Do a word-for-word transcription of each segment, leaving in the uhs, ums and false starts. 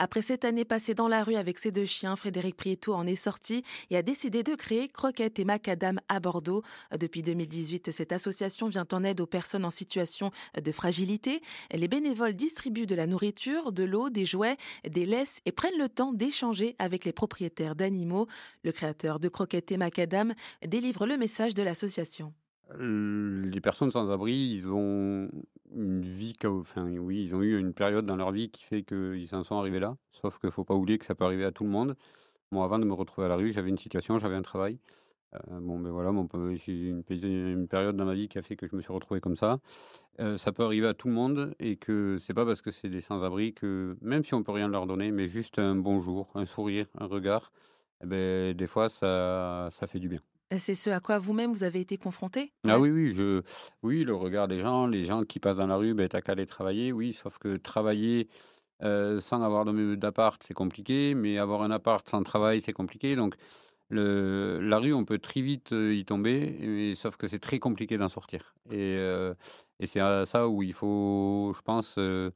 Après cette année passée dans la rue avec ses deux chiens, Frédéric Prieto en est sorti et a décidé de créer Croquette et Macadam à Bordeaux. Depuis deux mille dix-huit, cette association vient en aide aux personnes en situation de fragilité. Les bénévoles distribuent de la nourriture, de l'eau, des jouets, des laisses et prennent le temps d'échanger avec les propriétaires d'animaux. Le créateur de Croquette et Macadam délivre le message de l'association. Heu, les personnes sans abri, ils ont une vie cao enfin oui, ils ont eu une période dans leur vie qui fait qu'ils en sont arrivés là. Sauf qu'il faut pas oublier que ça peut arriver à tout le monde. Moi, avant de me retrouver à la rue, j'avais une situation, j'avais un travail. Heu, bon, ben, voilà, mon peu j'ai eu une pési une période dans ma vie qui a fait que je me suis retrouvé comme ça. Heu, ça peut arriver à tout le monde et que c'est pas parce que c'est des sans-abri que même si on peut rien leur donner, mais juste un bonjour, un sourire, un regard, et beh, des fois ça ça fait du bien. C'est ce à quoi vous-même vous avez été confronté? Ah Ouais. oui, oui, je oui, le regard des gens, les gens qui passent dans la rue, ben tu qu'à aller travailler, oui, sauf que travailler, heu, sans avoir de me d'appart, c'est compliqué, mais avoir un appart sans travail, c'est compliqué, donc le la rue, on peut très vite, heu, y tomber, et sauf que c'est très compliqué d'en sortir, et heu et c'est à ça où il faut, je pense, heu,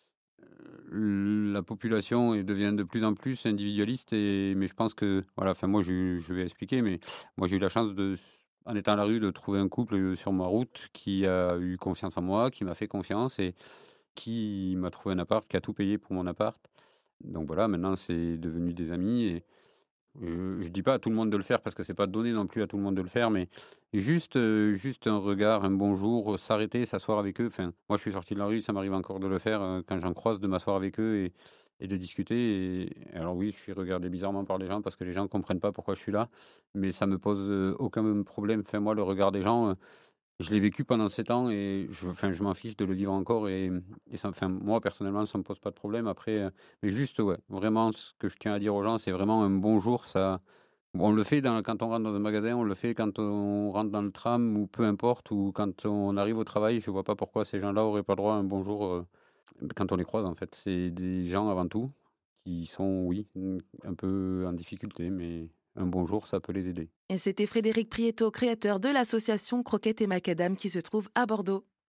la population et devient de plus en plus individualiste, et mais je pense que voilà, enfin moi je je vais expliquer, mais moi j'ai eu la chance de en étant à la rue, de trouver un couple, heu, sur ma route qui a eu confiance en moi, qui m'a fait confiance et qui m'a trouvé un appart, qui a tout payé pour mon appart. Donc voilà, maintenant c'est devenu des amis, et je je dis pas à tout le monde de le faire parce que c'est pas donné non plus à tout le monde de le faire, mais juste, heu, juste un regard, un bonjour, heu, s'arrêter, s'asseoir avec eux. Enfin, moi, je suis sorti de la rue, ça m'arrive encore de le faire, heu, quand j'en croise, de m'asseoir avec eux et et de discuter, et alors oui, je suis regardé bizarrement par les gens parce que les gens comprennent pas pourquoi je suis là, mais ça me pose, heu, aucun problème. Enfin, moi, le regard des gens, je l'ai vécu pendant sept ans et je enfin, je m'en fiche de le vivre encore, et mmh et ça enfin, moi, personnellement, ça me pose pas de problème. Après, heu, mais juste, ouais, vraiment, ce que je tiens à dire aux gens, c'est vraiment un bonjour, ça on le fait dans quand on rentre dans un magasin, on le fait quand on rentre dans le tram ou peu importe, ou quand on arrive au travail. Je vois pas pourquoi ces gens-là auraient pas le droit à un bonjour, heu, quand on les croise, en fait. C'est des gens avant tout qui sont, oui, mmh, un peu en difficulté, mais un bonjour, ça peut les aider. Et c'était Frédéric Prieto, créateur de l'association Croquette et Macadam qui se trouve à Bordeaux.